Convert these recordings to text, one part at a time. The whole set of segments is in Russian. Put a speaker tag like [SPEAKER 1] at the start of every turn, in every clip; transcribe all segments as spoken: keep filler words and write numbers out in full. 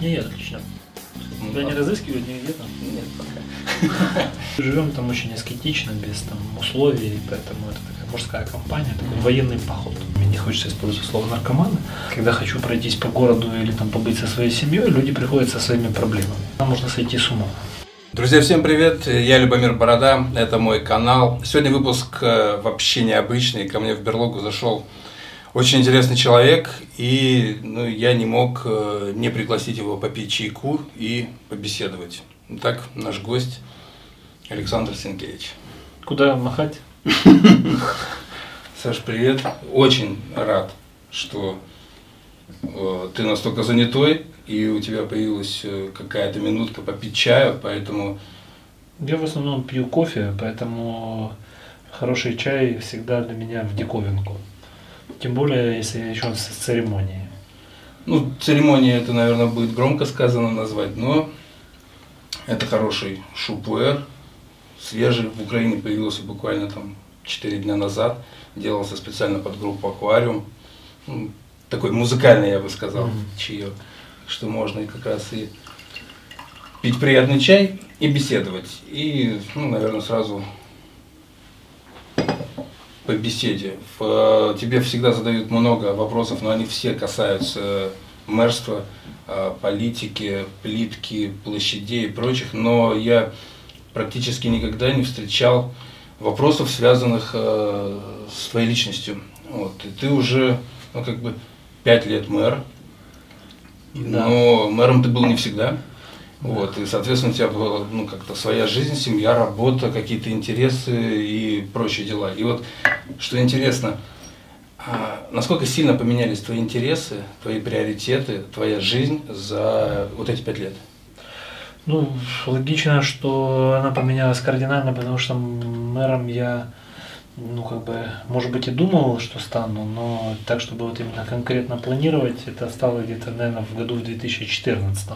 [SPEAKER 1] Нет, отлично.
[SPEAKER 2] Ну,
[SPEAKER 1] Тебя
[SPEAKER 2] да.
[SPEAKER 1] не разыскивают нигде там?
[SPEAKER 2] Нет, пока.
[SPEAKER 1] Живем там очень аскетично, без там условий, поэтому это такая мужская компания, такой военный поход. Мне не хочется использовать слово наркоманы. Когда хочу пройтись по городу или там побыть со своей семьей, люди приходят со своими проблемами. Там можно сойти с ума.
[SPEAKER 2] Друзья, всем привет! Я Любомир Борода, это мой канал. Сегодня выпуск вообще необычный. Ко мне в берлогу зашел очень интересный человек, и ну, я не мог не пригласить его попить чайку и побеседовать. Итак, наш гость Александр Сенкевич.
[SPEAKER 1] Куда махать?
[SPEAKER 2] Саш, привет! Очень рад, что э, ты настолько занятой, и у тебя появилась какая-то минутка попить чаю, поэтому...
[SPEAKER 1] Я в основном пью кофе, поэтому хороший чай всегда для меня в диковинку. Тем более, если еще с церемонией.
[SPEAKER 2] Ну, церемония, это, наверное, будет громко сказано назвать, но это хороший шупуэр, свежий, в Украине появился буквально там четыре дня назад, делался специально под группу «Аквариум», ну, такой музыкальный, я бы сказал, mm-hmm. чаек, что можно и как раз и пить приятный чай и беседовать, и, ну, наверное, сразу по беседе. В, тебе всегда задают много вопросов, но они все касаются мэрства, политики, плитки, площадей и прочих, но я практически никогда не встречал вопросов, связанных э, с твоей личностью. Вот. И ты уже, ну, как бы, пять лет мэр, да. Но мэром ты был не всегда. Вот. И, соответственно, у тебя была, ну, как-то своя жизнь, семья, работа, какие-то интересы и прочие дела. И вот, что интересно, а, насколько сильно поменялись твои интересы, твои приоритеты, твоя жизнь за вот эти пять лет?
[SPEAKER 1] Ну, логично, что она поменялась кардинально, потому что мэром я, ну, как бы, может быть, и думал, что стану, но так, чтобы вот именно конкретно планировать, это стало где-то, наверное, в году в две тысячи четырнадцатом.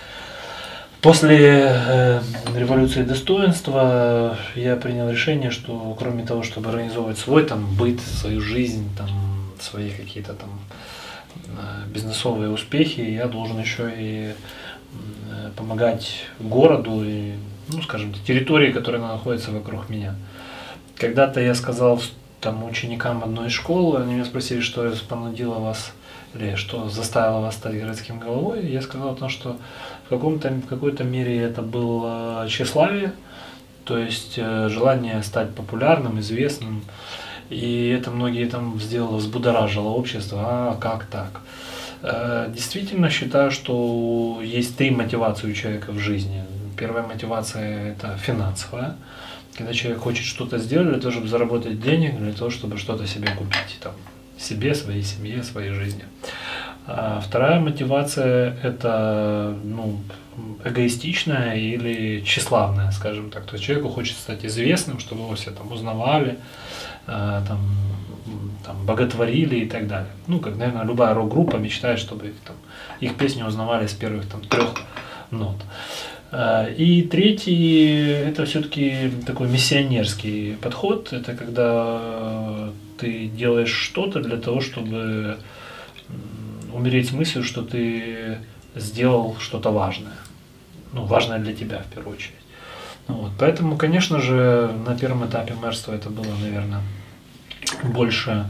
[SPEAKER 1] После э, революции достоинства я принял решение, что кроме того, чтобы организовывать свой там быт, свою жизнь, там, свои какие-то там бизнесовые успехи, я должен еще и помогать городу и, ну, скажем, территории, которая находится вокруг меня. Когда-то я сказал там ученикам одной из школ, они меня спросили, что понудило вас, или что заставило вас стать городским головой. Я сказал о том, что в каком-то, в какой-то мере это было тщеславие, то есть желание стать популярным, известным. И это многие там сделало, взбудоражило общество. А как так? Действительно считаю, что есть три мотивации у человека в жизни. Первая мотивация – это финансовая, когда человек хочет что-то сделать для того, чтобы заработать денег, для того, чтобы что-то себе купить, там, себе, своей семье, своей жизни. А вторая мотивация – это, ну, эгоистичная или тщеславная, скажем так. То есть человеку хочется стать известным, чтобы его все там узнавали, там, там, боготворили и так далее. Ну, как, наверное, любая рок-группа мечтает, чтобы их, там, их песни узнавали с первых там, трех нот. И третий – это все-таки такой миссионерский подход. Это когда ты делаешь что-то для того, чтобы умереть с мыслью, что ты сделал что-то важное. Ну, важное для тебя, в первую очередь. Вот. Поэтому, конечно же, на первом этапе мэрства это было, наверное, больше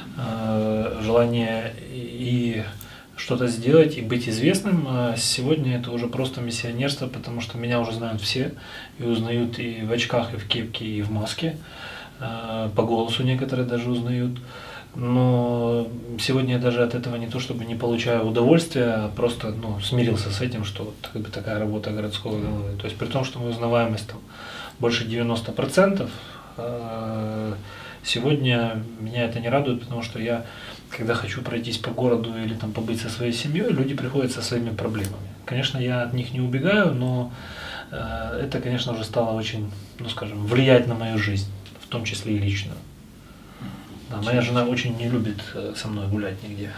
[SPEAKER 1] э, желание и что-то сделать, и быть известным. А сегодня это уже просто миссионерство, потому что меня уже знают все, и узнают и в очках, и в кепке, и в маске. Э, по голосу некоторые даже узнают. Но сегодня я даже от этого не то чтобы не получаю удовольствия, а просто, ну, смирился с этим, что вот, как бы, такая работа городского головы. То есть при том, что мы узнаваемость там больше девяноста процентов, сегодня меня это не радует, потому что я, когда хочу пройтись по городу или там побыть со своей семьей, люди приходят со своими проблемами. Конечно, я от них не убегаю, но это, конечно, уже стало очень, ну, скажем, влиять на мою жизнь, в том числе и личную. Да, моя жена очень не любит со мной гулять нигде.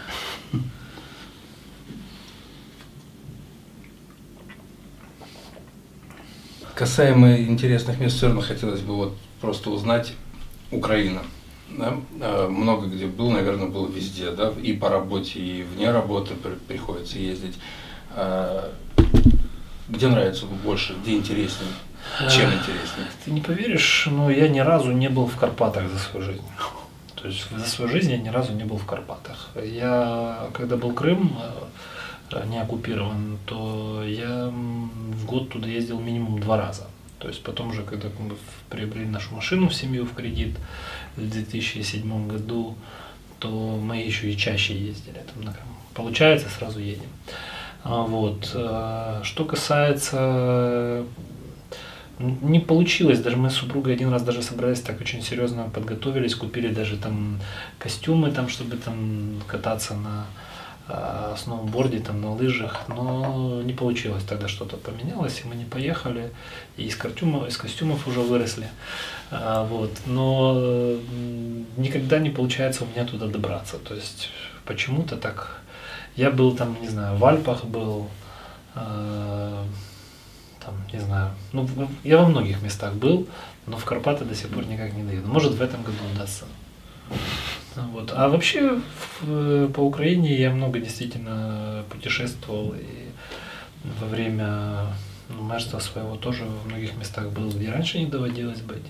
[SPEAKER 2] Касаемо интересных мест, все равно хотелось бы вот просто узнать Украина. Да? Много где был, наверное, был везде, да? И по работе, и вне работы приходится ездить. Где нравится больше, где интереснее, чем интереснее?
[SPEAKER 1] Ты не поверишь, но я ни разу не был в Карпатах за свою жизнь. То есть за свою жизнь я ни разу не был в Карпатах. Я, когда был Крым не оккупирован, то я в год туда ездил минимум два раза. То есть потом уже, когда мы приобрели нашу машину в семью в кредит в две тысячи седьмом году, то мы еще и чаще ездили. Там, получается, сразу едем. Вот. Что касается, не получилось, даже мы с супругой один раз даже собрались, так очень серьезно подготовились, купили даже там костюмы, там, чтобы там кататься на сноуборде, там, на лыжах, но не получилось, тогда что-то поменялось, и мы не поехали, и из костюмов, из костюмов уже выросли, вот. Но никогда не получается у меня туда добраться, то есть почему-то так. Я был там, не знаю, в Альпах был, э, там, не знаю, ну, я во многих местах был, но в Карпаты до сих пор никак не доеду. Может, в этом году удастся. Вот. А вообще в, по Украине я много действительно путешествовал, и во время ну, мэрства своего тоже во многих местах был, где раньше не доводилось быть.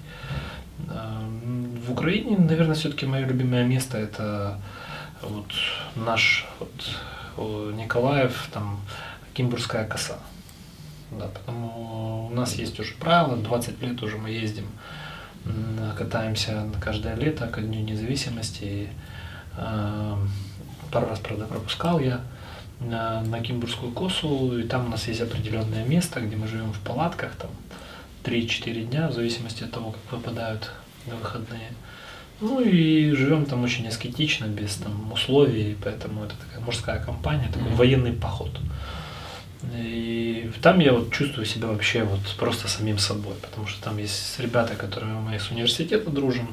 [SPEAKER 1] В Украине, наверное, все-таки мое любимое место это вот наш вот, Николаев, там Кимбурская коса. Да, потому у нас есть уже правило, двадцать лет уже мы ездим, катаемся каждое лето ко Дню независимости. И, э, пару раз, правда, пропускал я на, на Кимбурскую косу, и там у нас есть определенное место, где мы живем в палатках, там три-четыре дня, в зависимости от того, как выпадают на выходные. Ну и живем там очень аскетично, без там условий, поэтому это такая мужская компания, такой mm-hmm. военный поход. И там я вот чувствую себя вообще вот просто самим собой, потому что там есть ребята, которые мы с университета дружим,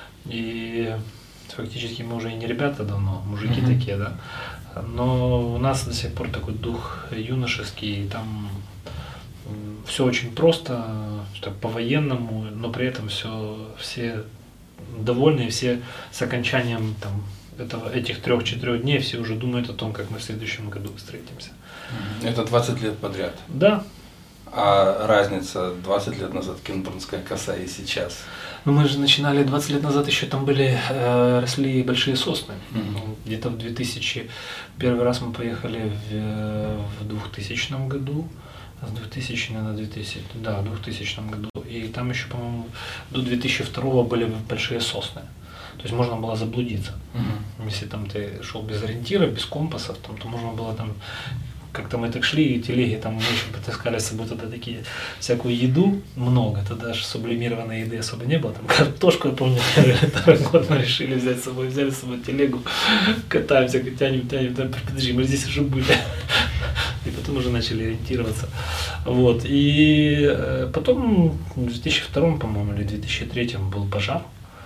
[SPEAKER 1] и фактически мы уже и не ребята давно, мужики mm-hmm. такие, да, но у нас до сих пор такой дух юношеский, там все очень просто, по-военному, но при этом все, все довольны, все с окончанием там, этого, этих трех-четырех дней все уже думают о том, как мы в следующем году встретимся.
[SPEAKER 2] Это двадцать лет подряд?
[SPEAKER 1] Да.
[SPEAKER 2] А разница двадцать лет назад Кимбурская коса и сейчас?
[SPEAKER 1] Ну мы же начинали двадцать лет назад, еще там были, э, росли большие сосны.
[SPEAKER 2] Mm-hmm.
[SPEAKER 1] Где-то в две тысячи, первый раз мы поехали в, в двухтысячном году, с двухтысячного на две тысячи, да, в двухтысячном году. И там еще, по-моему, до две тысячи второго были большие сосны. То есть можно было заблудиться. Mm-hmm. Если там ты шел без ориентира, без компасов, там, то можно было там, как-то мы так шли, и телеги там мы еще потаскали с собой тогда такие, всякую еду много, тогда же сублимированной еды особо не было, там картошку, я помню, второй год мы решили взять с собой, взяли с собой телегу, катаемся, тянем, тянем, тянем, подожди, мы здесь уже были. И потом уже начали ориентироваться. Вот. И потом в две тысячи втором, по-моему, или две тысячи третьем был пожар.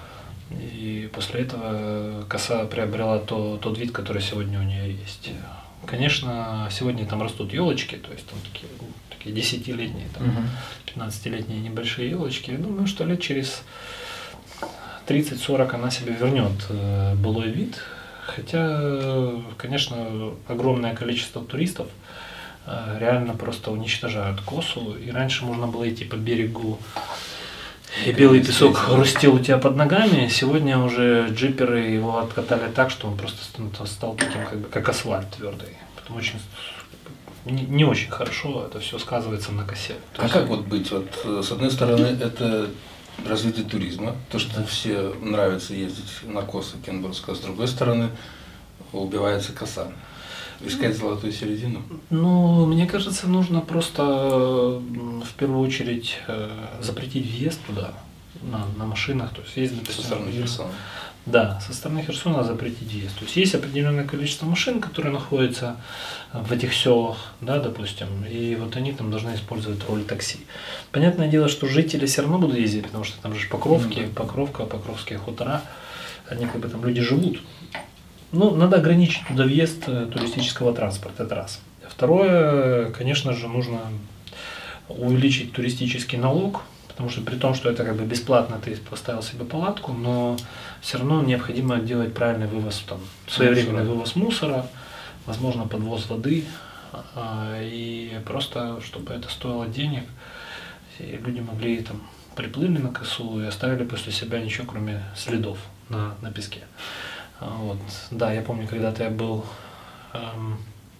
[SPEAKER 1] И после этого коса приобрела то, тот вид, который сегодня у нее есть. Конечно, сегодня там растут елочки, то есть там такие, такие десятилетние, там, uh-huh. пятнадцатилетние небольшие елочки. Я думаю, что лет через тридцать-сорок она себе вернет э, былой вид. Хотя, конечно, огромное количество туристов э, реально просто уничтожают косу. И раньше можно было идти по берегу, и белый песок хрустел у тебя под ногами. Сегодня уже джиперы его откатали так, что он просто стал таким, как бы, как асфальт твердый. Потому очень, не, не очень хорошо это все сказывается на косе.
[SPEAKER 2] То а есть... как вот быть? Вот, с одной стороны, это развитие туризма, то, что да. все нравится ездить на косы Кимбурская, с другой стороны, убивается коса. Искать золотую середину?
[SPEAKER 1] Ну, мне кажется, нужно просто в первую очередь запретить въезд туда, на, на машинах. То есть есть, допустим,
[SPEAKER 2] со стороны Херсона.
[SPEAKER 1] Да, со стороны Херсона запретить въезд. То есть есть определенное количество машин, которые находятся в этих селах, да, допустим, и вот они там должны использовать роль такси. Понятное дело, что жители все равно будут ездить, потому что там же Покровки, mm-hmm. Покровка, Покровские хутора, они как бы там люди живут. Ну, надо ограничить туда въезд туристического транспорта, это раз. Второе, конечно же, нужно увеличить туристический налог, потому что при том, что это как бы бесплатно, ты поставил себе палатку, но все равно необходимо делать правильный вывоз, там, своевременный вывоз мусора, возможно, подвоз воды, и просто, чтобы это стоило денег, и люди могли там приплыли на косу и оставили после себя ничего, кроме следов на, на песке. Вот. Да, я помню, когда-то я был эм,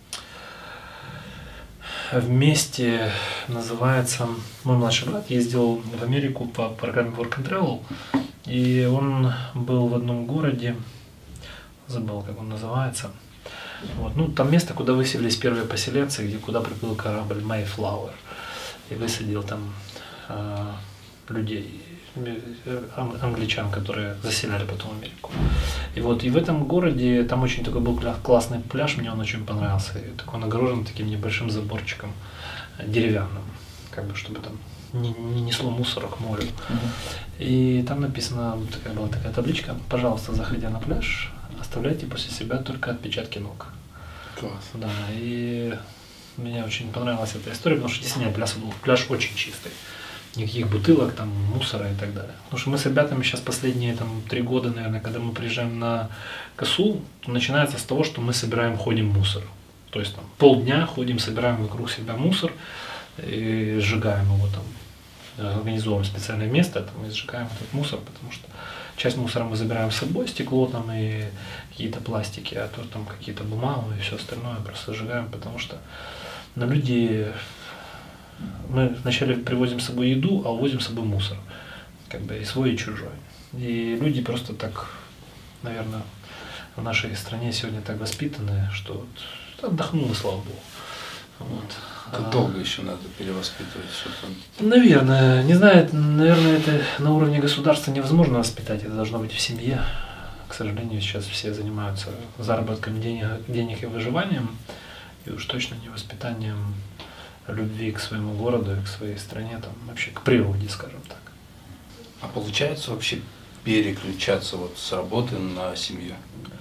[SPEAKER 1] вместе, называется, мой младший брат ездил в Америку по программе Work and Travel, и он был в одном городе, забыл, как он называется. Вот. Ну, там место, куда выселились первые поселенцы, где куда приплыл корабль Mayflower и высадил там э, людей, англичан, которые заселяли потом Америку. И вот и в этом городе там очень такой был классный пляж, мне он очень понравился. И такой он огорожен таким небольшим заборчиком деревянным, как бы чтобы там не, не несло мусора к морю. Mm-hmm. И там написано, такая была такая табличка: пожалуйста, заходя на пляж, оставляйте после себя только отпечатки ног.
[SPEAKER 2] Класс.
[SPEAKER 1] Да, и мне очень понравилась эта история, потому что действительно пляж был пляж очень чистый. Никаких бутылок, там, мусора и так далее. Потому что мы с ребятами сейчас последние там, три года, наверное, когда мы приезжаем на косу, начинается с того, что мы собираем, ходим мусор. То есть там полдня ходим, собираем вокруг себя мусор и сжигаем его там. Организовываем специальное место там, и сжигаем этот мусор, потому что часть мусора мы забираем с собой, стекло там и какие-то пластики, а то там какие-то бумаги и все остальное просто сжигаем, потому что на люди... Мы вначале привозим с собой еду, а увозим с собой мусор, как бы и свой, и чужой. И люди просто так, наверное, в нашей стране сегодня так воспитаны, что вот, отдохнули, слава богу. Вот.
[SPEAKER 2] Это
[SPEAKER 1] а,
[SPEAKER 2] долго еще надо перевоспитывать что-то.
[SPEAKER 1] Наверное, не знаю, наверное, это на уровне государства невозможно воспитать, это должно быть в семье. К сожалению, сейчас все занимаются заработком денег, денег и выживанием, и уж точно не воспитанием любви к своему городу и к своей стране, там, вообще к природе, скажем так.
[SPEAKER 2] А получается вообще переключаться вот с работы на семью?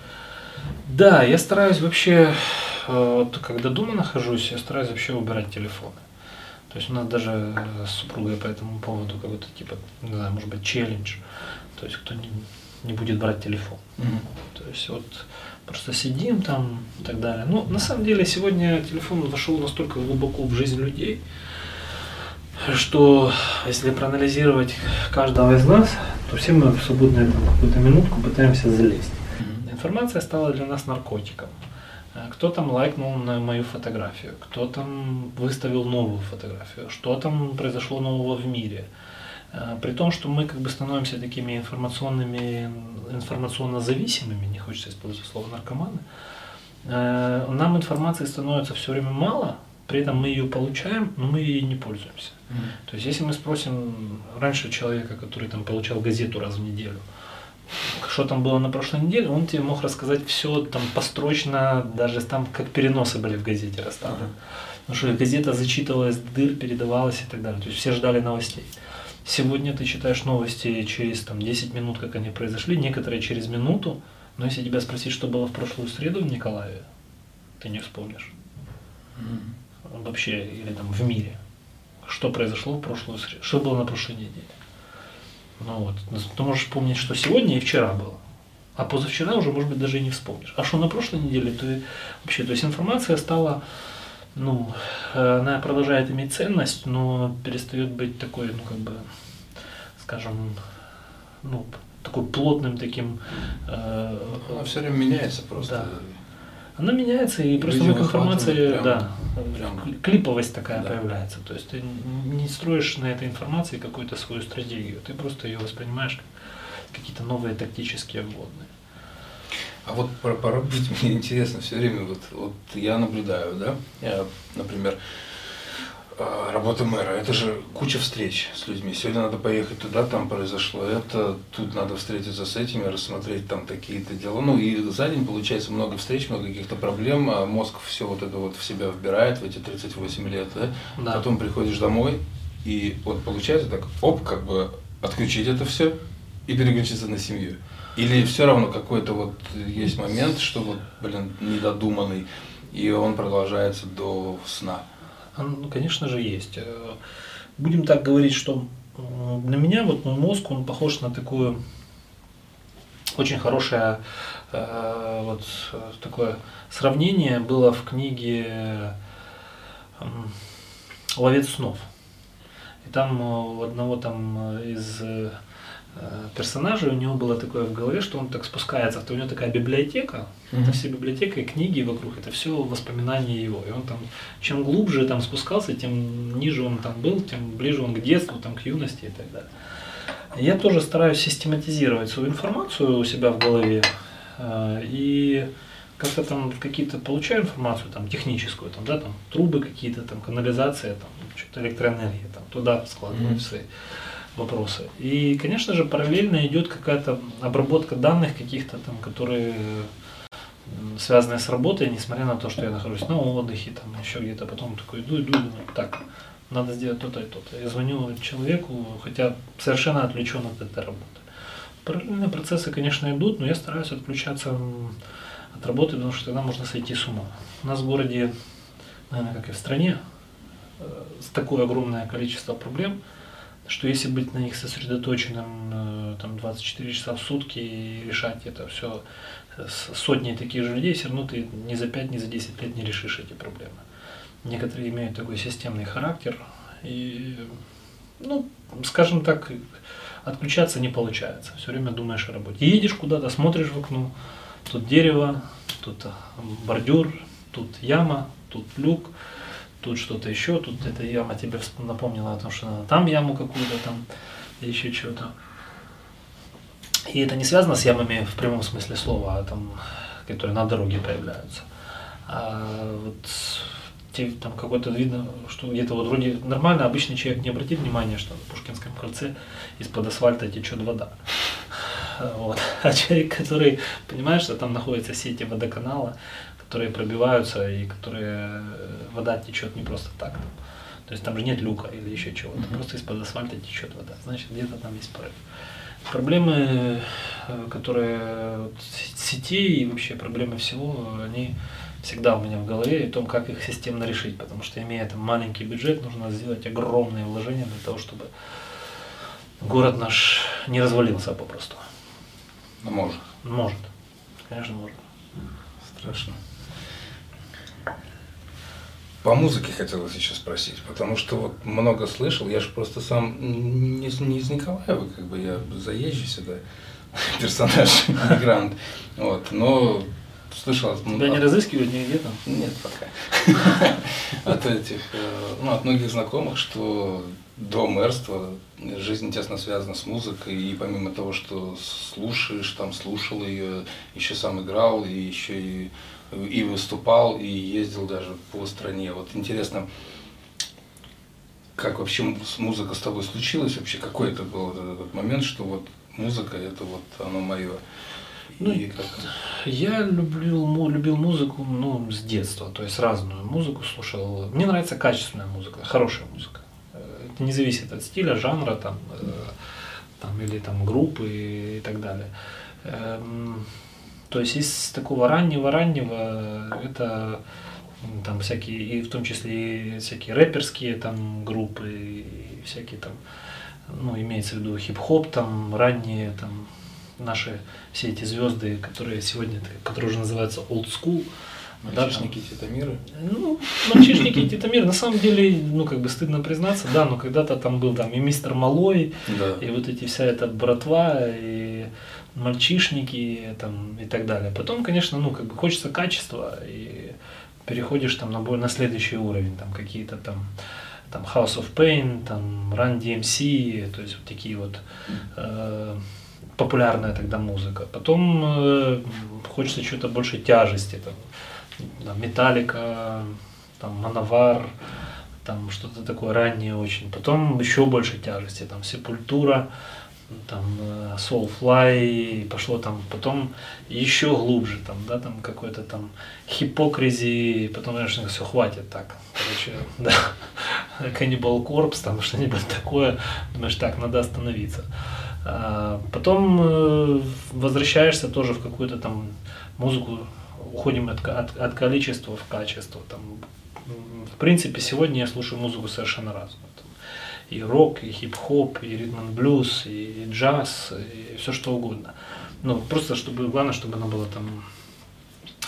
[SPEAKER 1] Да, я стараюсь вообще, вот, когда дома нахожусь, я стараюсь вообще убирать телефоны. То есть у нас даже с супругой по этому поводу какой-то типа, не знаю, может быть, челлендж. То есть кто не, не будет брать телефон. Mm-hmm. То есть вот просто сидим там и так далее. Но на самом деле сегодня телефон вошел настолько глубоко в жизнь людей, что если проанализировать каждого из нас, то все мы в свободную какую-то минутку пытаемся залезть. Mm-hmm. Информация стала для нас наркотиком. Кто там лайкнул на мою фотографию, кто там выставил новую фотографию, что там произошло нового в мире. При том, что мы как бы становимся такими информационными, информационно зависимыми, не хочется использовать слово наркоманы, нам информации становится все время мало, при этом мы ее получаем, но мы ей не пользуемся. Mm-hmm. То есть если мы спросим раньше человека, который там получал газету раз в неделю, что там было на прошлой неделе, он тебе мог рассказать все там построчно, даже там как переносы были в газете расставлены. Uh-huh. Потому что газета зачитывалась, дыр передавалась и так далее. То есть все ждали новостей. Сегодня ты читаешь новости через там, десять минут, как они произошли, некоторые через минуту, но если тебя спросить, что было в прошлую среду в Николаеве, ты не вспомнишь. Uh-huh. Вообще, или там в мире. Что произошло в прошлую среду, что было на прошлой неделе. Ну вот, ты можешь помнить, что сегодня и вчера было, а позавчера уже, может быть, даже и не вспомнишь. А что на прошлой неделе, то и вообще, то есть информация стала, ну, она продолжает иметь ценность, но перестает быть такой, ну, как бы, скажем, ну, такой плотным таким. Э,
[SPEAKER 2] она все время меняется просто.
[SPEAKER 1] Да. Она меняется, и, и просто в информации, прям, да, прям, клиповость такая, да, появляется. То есть ты не строишь на этой информации какую-то свою стратегию, ты просто ее воспринимаешь как какие-то новые тактические вводные.
[SPEAKER 2] А вот про, по работе мне интересно все время, вот, вот я наблюдаю, да, я, например, работа мэра, это же куча встреч с людьми. Сегодня надо поехать туда, там произошло это, тут надо встретиться с этими, рассмотреть там такие-то дела. Ну и за день получается много встреч, много каких-то проблем, а мозг все вот это вот в себя вбирает в эти тридцать восемь лет, да? Да. Потом приходишь домой, и вот получается так, оп, как бы отключить это все и переключиться на семью. Или все равно какой-то вот есть момент, что вот, блин, недодуманный, и он продолжается до сна.
[SPEAKER 1] Ну, конечно же, есть. Будем так говорить, что для меня вот мой мозг, он похож на такую очень хорошее вот такое сравнение было в книге «Ловец снов». И там у одного там из персонажей, у него было такое в голове, что он так спускается, у него такая библиотека, mm-hmm. это все библиотека и книги вокруг, это все воспоминания его. И он там, чем глубже там спускался, тем ниже он там был, тем ближе он к детству, там, к юности и так далее. Я тоже стараюсь систематизировать свою информацию у себя в голове и как-то там какие-то получаю информацию там техническую, там, да, там трубы какие-то, там канализация, там что-то электроэнергия, там туда складываю mm-hmm. свои вопросы. И, конечно же, параллельно идет какая-то обработка данных каких-то там, которые связаны с работой, несмотря на то, что я нахожусь на отдыхе, там еще где-то, потом такой иду, иду, думаю, так, надо сделать то-то и то-то. Я звоню человеку, хотя совершенно отвлечен от этой работы. Параллельные процессы, конечно, идут, но я стараюсь отключаться от работы, потому что тогда можно сойти с ума. У нас в городе, наверное, как и в стране, такое огромное количество проблем, что если быть на них сосредоточенным там, двадцать четыре часа в сутки и решать это все с сотней таких же людей, все равно ты ни за пять, ни за десять лет не решишь эти проблемы. Некоторые имеют такой системный характер и, ну, скажем так, отключаться не получается. Все время думаешь о работе. Едешь куда-то, смотришь в окно, тут дерево, тут бордюр, тут яма, тут люк. Тут что-то еще, тут эта яма тебе напомнила о том, что надо там яму какую-то там, еще чего-то. И это не связано с ямами в прямом смысле слова, а там, которые на дороге появляются. А вот те, там какой-то видно, что где-то вот вроде нормально, обычный человек не обратит внимания, что на Пушкинском кольце из-под асфальта течет вода. Вот. А человек, который понимает, что там находятся сети водоканала, которые пробиваются и которые вода течет не просто так. То есть там же нет люка или еще чего-то, mm-hmm. просто из-под асфальта течет вода, значит где-то там есть порыв. Проблемы, которые вот, сетей и вообще проблемы всего, они всегда у меня в голове и о том, как их системно решить, потому что имея там маленький бюджет, нужно сделать огромные вложения для того, чтобы город наш не развалился попросту.
[SPEAKER 2] Ну, может.
[SPEAKER 1] Может, конечно может.
[SPEAKER 2] Страшно. По музыке хотелось еще спросить, потому что вот много слышал, я же просто сам не, не из Николаева, как бы я заезжий сюда, персонаж, мигрант, вот, но слышал...
[SPEAKER 1] Тебя не разыскивают нигде там?
[SPEAKER 2] Нет, пока. От этих, ну, от многих знакомых, что до мэрства жизнь тесно связана с музыкой, и помимо того, что слушаешь, там слушал ее, еще сам играл, и еще и и выступал, и ездил даже по стране. Вот интересно, как вообще музыка с тобой случилась, вообще какой это был этот момент, что вот музыка это вот оно мое.
[SPEAKER 1] Ну, как... Я люблю, любил музыку, ну, с детства, то есть разную музыку слушал. Мне нравится качественная музыка, хорошая музыка. Это не зависит от стиля, жанра там, там, или там группы и так далее. То есть из такого раннего-раннего это там всякие, и в том числе и всякие рэперские там группы, и всякие там, ну, имеется в виду хип-хоп, там ранние там наши все эти звезды, которые сегодня, которые уже называются old school.
[SPEAKER 2] Мальчишники и Титамиры?
[SPEAKER 1] Ну, мальчишники и Титамиры, на самом деле, ну, как бы стыдно признаться, да, но когда-то там был там и мистер Малой, да. И вот эти вся эта братва, и мальчишники там, и так далее. Потом, конечно, ну, как бы хочется качества, и переходишь там на, на следующий уровень, там какие-то там, там House of Pain, там Run ди эм си, то есть вот такие вот э, популярная тогда музыка. Потом э, хочется чего-то больше тяжести, там, там Металлика, там Мановар, там что-то такое раннее очень. Потом еще больше тяжести, там Сепультура, там Soulfly, пошло там, потом еще глубже, там, да, там какой-то там Hypocrisy, потом, конечно, все хватит так, короче, да, Cannibal Corpse, там что-нибудь такое, думаешь, так, надо остановиться. А потом э, возвращаешься тоже в какую-то там музыку, уходим от, от, от количества в качество, там, в принципе, сегодня я слушаю музыку совершенно разную. И рок, и хип-хоп, и ритм-н-блюз, и джаз, и все что угодно. Ну, просто чтобы, главное, чтобы она была там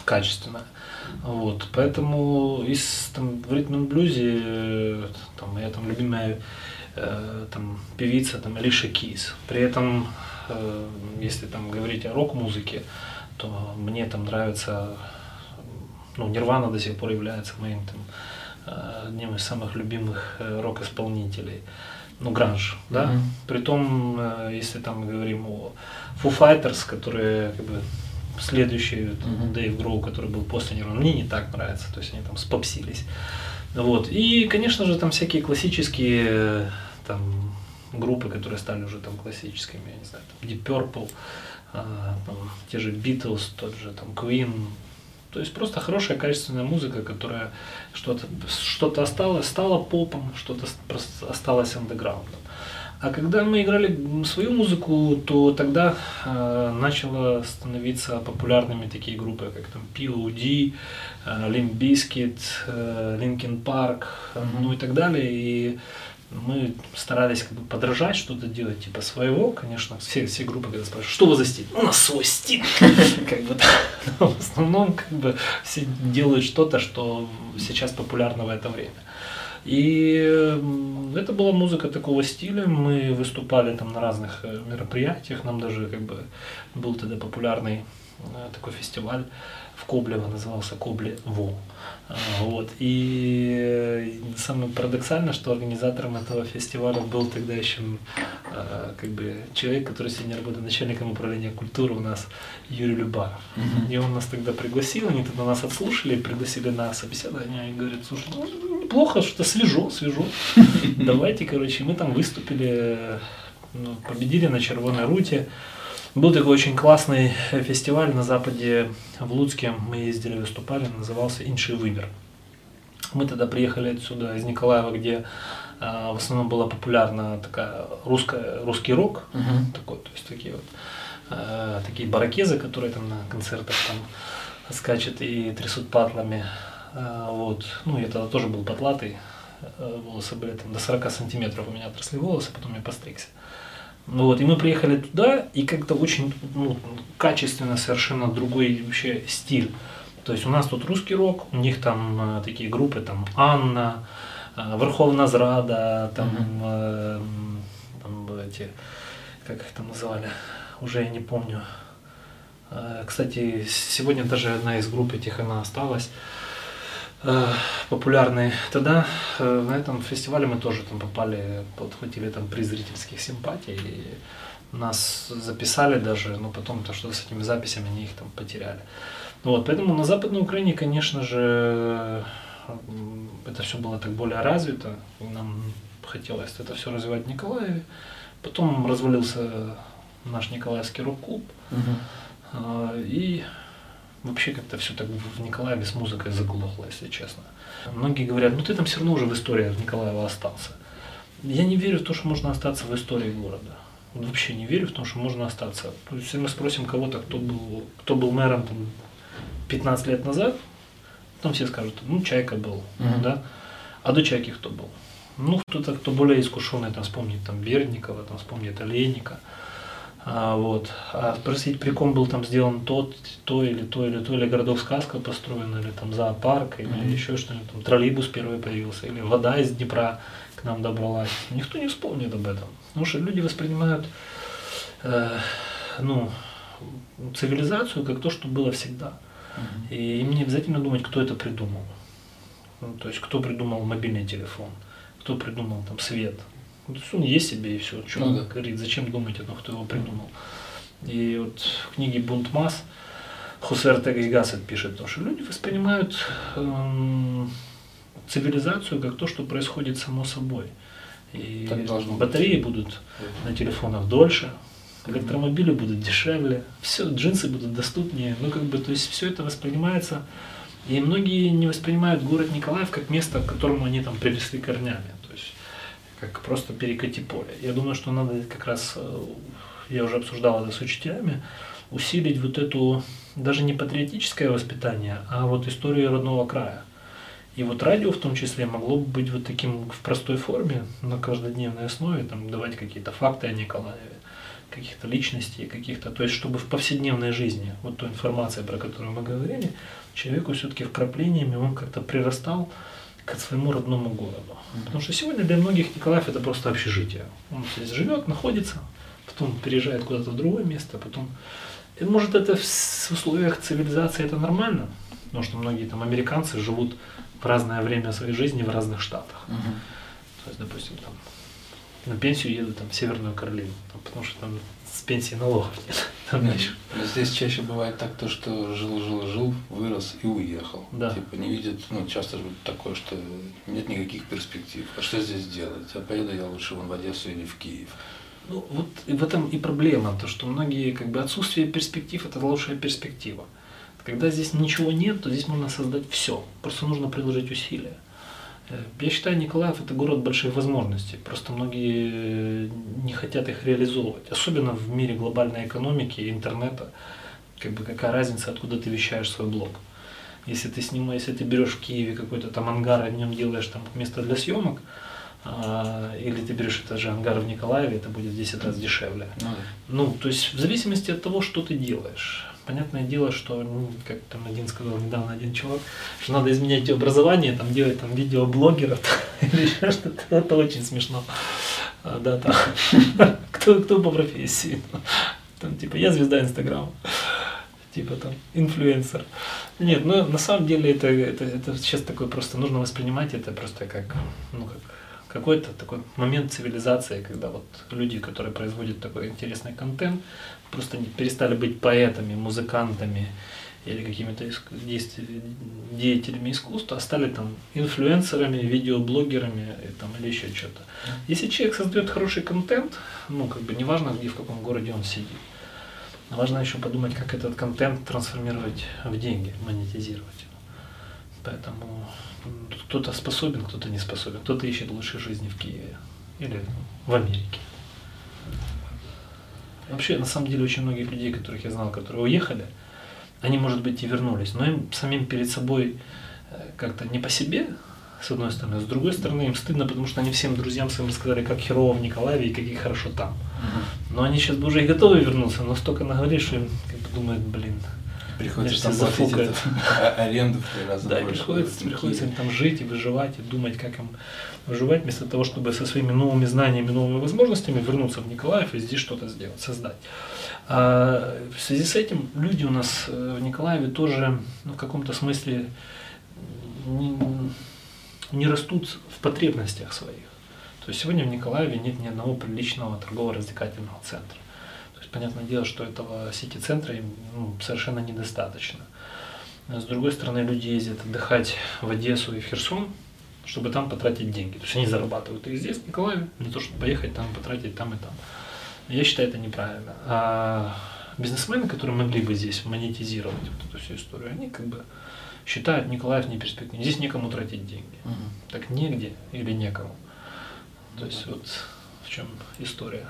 [SPEAKER 1] качественная. Вот, поэтому из, там, в ритм-н-блюзе там, моя там, любимая э, там, певица там, Алиша Кейс. При этом, э, если там, говорить о рок-музыке, то мне там нравится, ну, Нирвана до сих пор является моим там, одним из самых любимых рок-исполнителей. Ну, гранж, да. Mm-hmm. Притом, если там мы говорим о Foo Fighters, которые как бы следующий mm-hmm. Дэйв Гроу, который был после Нирваны, мне не так нравится, то есть они там спопсились. Вот. И, конечно же, там всякие классические там, группы, которые стали уже там классическими, я не знаю, там Deep Purple, а, там, те же Beatles, тот же там Queen. То есть просто хорошая, качественная музыка, которая что-то что-то осталось, стала попом, что-то осталось андеграундом. А когда мы играли свою музыку, то тогда э, начало становиться популярными такие группы, как там пи о ди, э, Limp Bizkit, э, Linkin Park, э, ну и так далее. И мы старались как бы подражать, что-то делать типа своего, конечно, все, все группы когда спрашивают, что вы за стиль? У нас свой стиль. Как бы, в основном как бы все делают что-то, что сейчас популярно в это время. И это была музыка такого стиля, мы выступали там на разных мероприятиях, нам даже как бы был тогда популярный такой фестиваль в Коблево, назывался Коблево. Вот. И самое парадоксальное, что организатором этого фестиваля был тогда еще как бы человек, который сегодня работает начальником управления культуры у нас, Юрий Любаров. Mm-hmm. И он нас тогда пригласил, они тогда нас отслушали, пригласили на собеседование и говорят, слушай, ну, неплохо, что-то свежо, свежо. Давайте, короче, мы там выступили, ну, победили на Червоной Руте. Был такой очень классный фестиваль на Западе, в Луцке, мы ездили, выступали, назывался «Инший выбор». Мы тогда приехали отсюда, из Николаева, где а, в основном была популярна такая русская, русский рок, uh-huh. такой, то есть такие вот а, такие баракезы, которые там на концертах там скачут и трясут патлами. А, вот. Ну, я тогда тоже был потлатый, волосы были там до сорока сантиметров у меня отросли волосы, потом я постригся. Вот, и мы приехали туда, и как-то очень ну, качественно совершенно другой вообще стиль. То есть у нас тут русский рок, у них там э, такие группы, там Анна, э, Верховна Зрада, там, э, там эти, как их там называли, уже я не помню. Э, кстати, сегодня даже одна из групп этих, она осталась. Популярные. Тогда э, на этом фестивале мы тоже там попали, подхватили там приз зрительских симпатий, и нас записали даже, но потом то, что с этими записями они их там потеряли. Вот, поэтому на Западной Украине, конечно же, это все было так более развито, нам хотелось это все развивать в Николаеве. Потом развалился наш Николаевский рок-клуб, угу. и вообще как-то все так в Николаеве с музыкой заглохло, если честно. Многие говорят, ну ты там все равно уже в истории Николаева остался. Я не верю в то, что можно остаться в истории города. Вообще не верю в то, что можно остаться. То есть, если мы спросим кого-то, кто был, кто был мэром там, пятнадцать лет назад, там все скажут, ну Чайка был, uh-huh. да? А до Чайки кто был? Ну кто-то, кто более искушенный, там вспомнит там Бердникова, там вспомнит Олейника. А, вот. А спросить, при ком был там сделан тот, то или то, или то, или городок сказка построен, или там зоопарк, или mm-hmm. еще что-нибудь, там троллейбус первый появился, или вода из Днепра к нам добралась. Никто не вспомнит об этом. Потому что люди воспринимают э, ну, цивилизацию как то, что было всегда. Mm-hmm. И им не обязательно думать, кто это придумал. Ну, то есть, кто придумал мобильный телефон, кто придумал там свет. То есть он есть себе и все. Что ну, он да. говорит, зачем думать о том, кто его придумал. И вот в книге «Бунт масс» Хосе Ортега и Гассет пишет, что люди воспринимают эм, цивилизацию как то, что происходит само собой. И батареи быть. будут на телефонах дольше, электромобили mm-hmm. будут дешевле, все, джинсы будут доступнее. Ну, как бы, то есть все это воспринимается. И многие не воспринимают город Николаев как место, к которому они там приросли корнями. То есть как просто перекати поле. Я думаю, что надо как раз, я уже обсуждал это с учителями, усилить вот эту, даже не патриотическое воспитание, а вот историю родного края. И вот радио в том числе могло бы быть вот таким в простой форме, на каждодневной основе, там, давать какие-то факты о Николаеве, каких-то личностей, каких-то, то есть чтобы в повседневной жизни, вот ту информацию, про которую мы говорили, человеку все-таки вкраплениями он как-то прирастал к своему родному городу. Mm-hmm. Потому что сегодня для многих Николаев это просто общежитие. Он здесь живет, находится, потом переезжает куда-то в другое место, потом... И, может, это в условиях цивилизации это нормально, потому что многие там американцы живут в разное время своей жизни в разных штатах. Mm-hmm. То есть, допустим, там на пенсию едут там, в Северную Каролину, там, потому что там с пенсии налогов нет. Там
[SPEAKER 2] нет, здесь чаще бывает так, то, что жил, жил, жил, вырос и уехал.
[SPEAKER 1] Да.
[SPEAKER 2] Типа не видит, ну часто же такое, что нет никаких перспектив. А что здесь делать? А поеду я лучше вон в Одессу или в Киев.
[SPEAKER 1] Ну вот в этом и проблема, то что многие как бы отсутствие перспектив это лучшая перспектива. Когда здесь ничего нет, то здесь можно создать все. Просто нужно приложить усилия. Я считаю, Николаев это город больших возможностей. Просто многие не хотят их реализовывать. Особенно в мире глобальной экономики, интернета. Как бы какая разница, откуда ты вещаешь свой блог. Если ты снимаешь, если ты берешь в Киеве какой-то там ангар, и в нем делаешь там место для съемок, а, или ты берешь этот же ангар в Николаеве, это будет в десять раз дешевле. Ну, ну, то есть в зависимости от того, что ты делаешь. Понятное дело, что, ну, как там один сказал недавно один чувак, что надо изменять образование, там делать там видеоблогеров или еще что-то. Это очень смешно. А, да, там. Кто, кто по профессии? Там, типа, я звезда Инстаграма. Типа там инфлюенсер. Нет, ну на самом деле это, это, это сейчас такое просто нужно воспринимать это просто как, ну, как какой-то такой момент цивилизации, когда вот люди, которые производят такой интересный контент, просто не перестали быть поэтами, музыкантами или какими-то деятелями искусства, а стали там инфлюенсерами, видеоблогерами и, там, или еще что-то. Если человек создает хороший контент, ну как бы неважно, где, в каком городе он сидит, важно еще подумать, как этот контент трансформировать в деньги, монетизировать. Поэтому кто-то способен, кто-то не способен. Кто-то ищет лучшей жизни в Киеве или в Америке. Вообще, на самом деле, очень многих людей, которых я знал, которые уехали, они, может быть, и вернулись, но им самим перед собой как-то не по себе, с одной стороны, с другой стороны, им стыдно, потому что они всем друзьям своим рассказали, как херово в Николаеве и как их хорошо там. Но они сейчас бы уже и готовы вернуться, но столько наговорили, что им как бы думают, блин,
[SPEAKER 2] приходится там платить этот, аренду в три раза
[SPEAKER 1] да,
[SPEAKER 2] больше.
[SPEAKER 1] Да, приходится, приходится им там жить и выживать, и думать, как им выживать, вместо того, чтобы со своими новыми знаниями, новыми возможностями вернуться в Николаев и здесь что-то сделать, создать. А в связи с этим люди у нас в Николаеве тоже, ну, в каком-то смысле не, не растут в потребностях своих. То есть сегодня в Николаеве нет ни одного приличного торгово-развлекательного центра. Понятное дело, что этого сити-центра им, ну, совершенно недостаточно. С другой стороны, люди ездят отдыхать в Одессу и в Херсон, чтобы там потратить деньги. То есть они зарабатывают их здесь, в Николаеве, не то, чтобы поехать там, потратить там и там. Я считаю, это неправильно. А бизнесмены, которые могли бы здесь монетизировать вот эту всю историю, они как бы считают Николаев неперспективным. Здесь некому тратить деньги. Угу. Так негде или некому. То есть вот в чем история.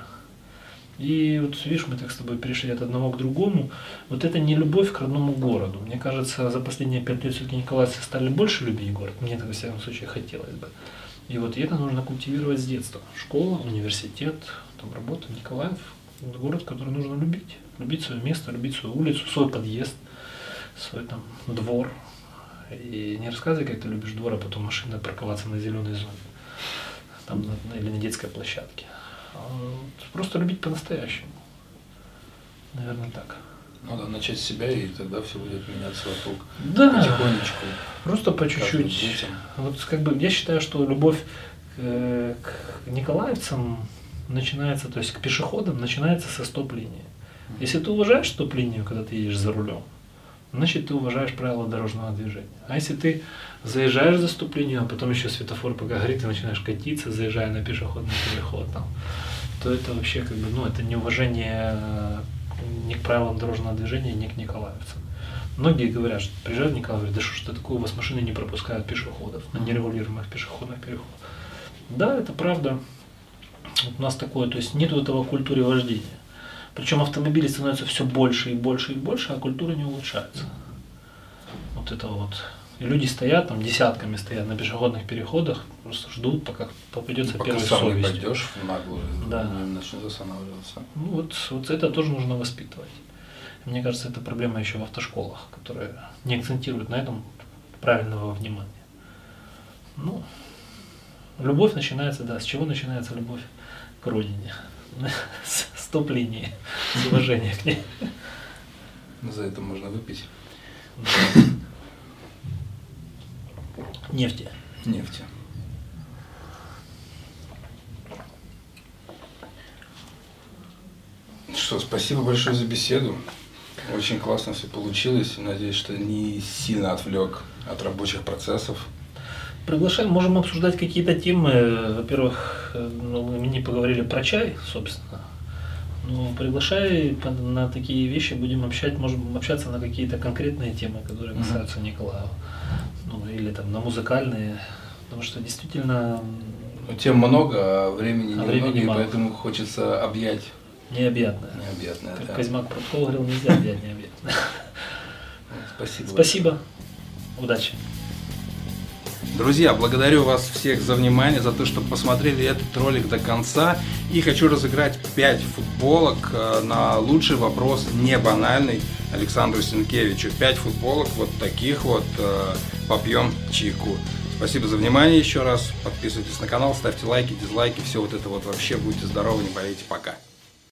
[SPEAKER 1] И вот видишь, мы так с тобой перешли от одного к другому. Вот это не любовь к родному городу. Мне кажется, за последние пять лет все-таки николаевцы стали больше любить город. Мне так, во всяком случае, хотелось бы. И вот это нужно культивировать с детства. Школа, университет, там работа. Николаев – это город, который нужно любить. Любить свое место, любить свою улицу, свой подъезд, свой там двор. И не рассказывай, как ты любишь двор, а потом машина парковаться на зеленой зоне. Там, на, или на детской площадке. Просто любить по-настоящему. Наверное, так.
[SPEAKER 2] Надо начать с себя, и тогда все будет меняться вокруг.
[SPEAKER 1] Да.
[SPEAKER 2] Потихонечку.
[SPEAKER 1] Просто по чуть-чуть. Вот как бы я считаю, что любовь к, к николаевцам начинается, то есть к пешеходам начинается со стоп-линии. Если ты уважаешь стоп-линию, когда ты едешь за рулем, значит ты уважаешь правила дорожного движения. А если ты заезжаешь за стоп-линию, а потом еще светофор пока горит, ты начинаешь катиться, заезжая на пешеходный переход, там, то это вообще как бы, ну, это неуважение ни к правилам дорожного движения, ни к николаевцам. Многие говорят, что приезжают в Николаев, говорят, да что ж такое, у вас машины не пропускают пешеходов на нерегулируемых пешеходных переходах. Да, это правда. Вот у нас такое, то есть нет этого культуры вождения. Причем автомобилей становится все больше и больше и больше, а культура не улучшается. Вот это вот И люди стоят, там десятками стоят на пешеходных переходах, просто ждут, пока попадется
[SPEAKER 2] Пока
[SPEAKER 1] первый
[SPEAKER 2] сам не
[SPEAKER 1] совесть.
[SPEAKER 2] пойдешь в наглую,
[SPEAKER 1] Да.
[SPEAKER 2] не начнет останавливаться.
[SPEAKER 1] Ну вот, вот это тоже нужно воспитывать. Мне кажется, это проблема еще в автошколах, которые не акцентируют на этом правильного внимания. Ну, любовь начинается, да, с чего начинается любовь к родине? С стоп-линии, с уважения к ней.
[SPEAKER 2] За это можно выпить.
[SPEAKER 1] Нефти.
[SPEAKER 2] Нефти. Что, спасибо большое за беседу. Очень классно все получилось. Надеюсь, что не сильно отвлек от рабочих процессов.
[SPEAKER 1] Приглашаем, можем обсуждать какие-то темы. Во-первых, ну, мы не поговорили про чай, собственно. Ну, приглашай на такие вещи, будем общать, можем общаться на какие-то конкретные темы, которые касаются Николаева. Ну, или там на музыкальные. Потому что действительно...
[SPEAKER 2] Ну, тем много, а времени
[SPEAKER 1] а
[SPEAKER 2] немного,
[SPEAKER 1] времени
[SPEAKER 2] и
[SPEAKER 1] мало.
[SPEAKER 2] Поэтому хочется объять.
[SPEAKER 1] Необъятное.
[SPEAKER 2] Необъятное,
[SPEAKER 1] Как
[SPEAKER 2] да.
[SPEAKER 1] Козьмак Прутков говорил, нельзя объять необъятное.
[SPEAKER 2] Спасибо.
[SPEAKER 1] Спасибо. Удачи.
[SPEAKER 2] Друзья, благодарю вас всех за внимание, за то, что посмотрели этот ролик до конца. И хочу разыграть пять футболок на лучший вопрос, не банальный, Александру Сенкевичу. пять футболок вот таких вот, попьем чайку. Спасибо за внимание еще раз. Подписывайтесь на канал, ставьте лайки, дизлайки, все вот это вот вообще. Будьте здоровы, не болейте, пока.